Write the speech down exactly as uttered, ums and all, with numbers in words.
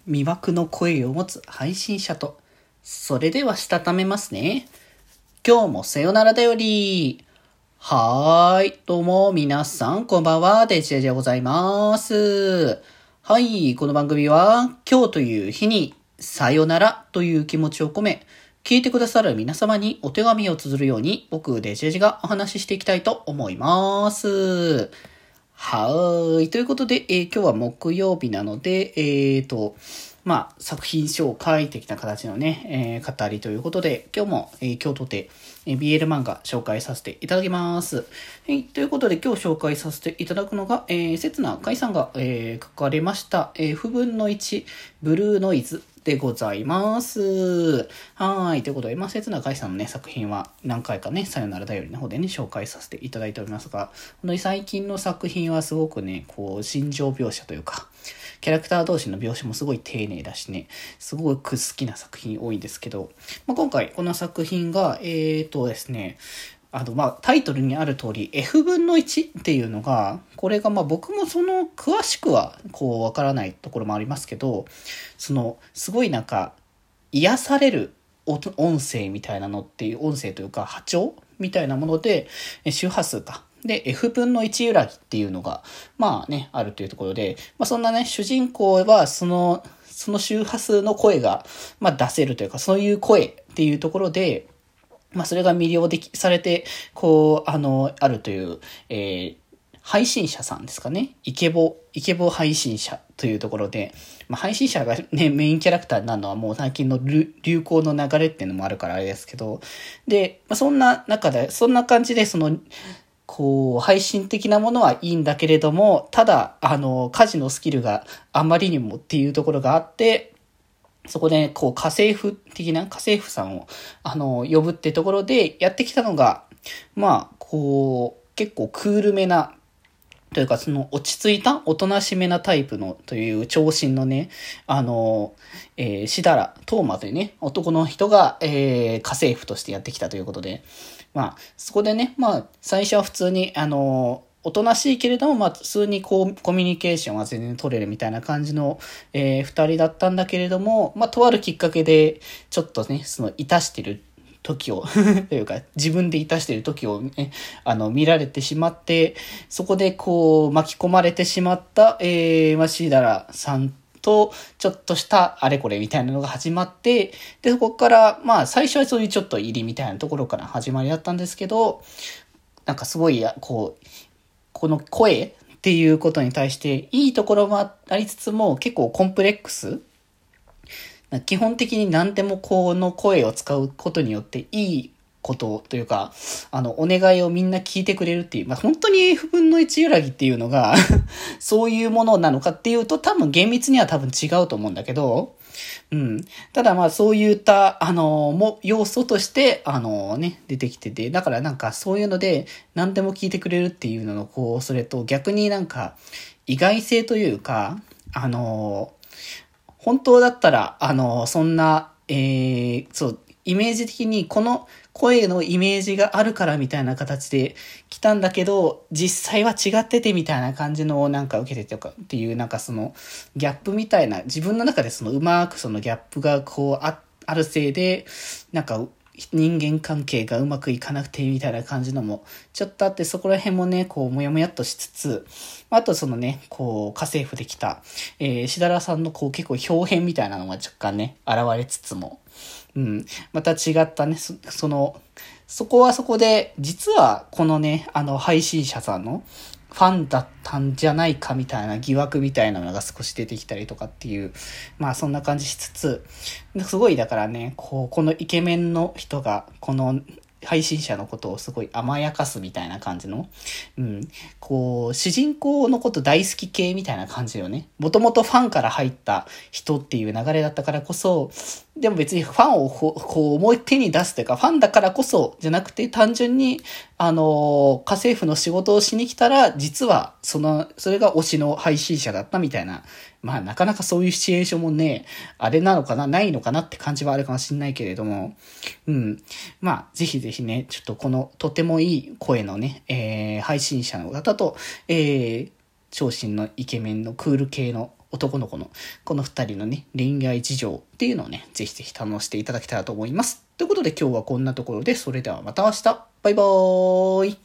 魅惑の声を持つ配信者と。それではしたためますね。今日もさよならだより。はーい。どうも皆さんこんばんは。デジェジでございます。はい。この番組は今日という日にさよならという気持ちを込め、聞いてくださる皆様にお手紙を綴るように僕デジェジがお話ししていきたいと思います。はーい。ということで、えー、今日は木曜日なので、えーと、まあ、作品紹介的な形のね、えー、語りということで、今日も、えー、今日とて、えー、ビーエル 漫画紹介させていただきます。はい。ということで、今日紹介させていただくのが、えー、刹那海さんが、えー、書かれました、えー、不分のいち、ブルーノイズでございます。はい。ということで、まあ、刹那海さんのね、作品は何回かね、さよならだよりの方でね、紹介させていただいておりますが、本当に最近の作品はすごくね、こう、心情描写というか、キャラクター同士の描写もすごい丁寧だしね、すごく好きな作品多いんですけど、まあ、今回この作品が、えーとですね、あの、まあ、タイトルにある通り エフ 分のいちっていうのが、これがまあ僕もその詳しくはこうわからないところもありますけど、そのすごいなんか癒される音声みたいなのっていう音声というか波長みたいなもので周波数か。で、F 分のいち揺らぎっていうのが、まあね、あるというところで、まあそんなね、主人公はその、その周波数の声が、まあ出せるというか、そういう声っていうところで、まあそれが魅了でき、されて、こう、あの、あるという、えー、配信者さんですかね。イケボ、イケボ配信者というところで、まあ、配信者がね、メインキャラクターになるのはもう最近の流行の流れっていうのもあるからあれですけど、で、まあ、そんな中で、そんな感じで、その、こう、配信的なものはいいんだけれども、ただ、あの、家事のスキルがあまりにもっていうところがあって、そこで、こう、家政婦的な、家政婦さんを、あの、呼ぶってところでやってきたのが、まあ、こう、結構クールめな、というか、その落ち着いた、おとなしめなタイプの、という長身のね、あの、えー、しだら、トーマというね、男の人が、えー、家政婦としてやってきたということで、まあ、そこでね、まあ、最初は普通に、あの、おとなしいけれども、まあ、普通にこう、コミュニケーションは全然取れるみたいな感じの、えー、二人だったんだけれども、まあ、とあるきっかけで、ちょっとね、その、いたしてる時をというか自分でいたしている時をね、あの見られてしまって、そこでこう巻き込まれてしまった、えー、マシーダラさんとちょっとしたあれこれみたいなのが始まって、で、そこからまあ最初はそういうちょっと入りみたいなところから始まりだったんですけど、なんかすごいこう、この声っていうことに対していいところもありつつも結構コンプレックス、基本的に何でもこの声を使うことによっていいことというか、あの、お願いをみんな聞いてくれるっていう、まあ、本当に F 分のいち揺らぎっていうのがそういうものなのかっていうと、多分厳密には多分違うと思うんだけど、うん。ただまあそういった、あの、も、要素として、あのね、出てきてて、だからなんかそういうので何でも聞いてくれるっていうのの、こう、それと逆になんか意外性というか、あの、本当だったら、あの、そんな、えー、そう、イメージ的にこの声のイメージがあるからみたいな形で来たんだけど、実際は違っててみたいな感じのなんか受けてとかっていうなんかそのギャップみたいな、自分の中でそのうまくそのギャップがこうあ、あるせいで、なんか人間関係がうまくいかなくてみたいな感じのもちょっとあって、そこら辺もね、こうもやもやっとしつつ、あとそのね、こう家政婦できた、えー、しだらさんのこう結構表変みたいなのが若干ね、現れつつも、うん、また違ったね、そ、その、そこはそこで、実はこのね、あの配信者さんのファンだったんじゃないかみたいな疑惑みたいなのが少し出てきたりとかっていう、まあそんな感じしつつ、すごいだからね、こう、このイケメンの人が、この配信者のことをすごい甘やかすみたいな感じの、うん、こう、主人公のこと大好き系みたいな感じよね。もともとファンから入った人っていう流れだったからこそ、でも別にファンをこう思い手に出すというか、ファンだからこそじゃなくて、単純に、あの、家政婦の仕事をしに来たら、実は、その、それが推しの配信者だったみたいな、まあなかなかそういうシチュエーションもね、あれなのかな、ないのかなって感じはあるかもしれないけれども、うん。まあ、ぜひぜひね、ちょっとこのとてもいい声のね、えー、配信者の方と、えー、長身のイケメンのクール系の男の子の、この二人のね、恋愛事情っていうのをね、ぜひぜひ楽していただけたらと思います。ということで今日はこんなところで、それではまた明日。バイバーイ。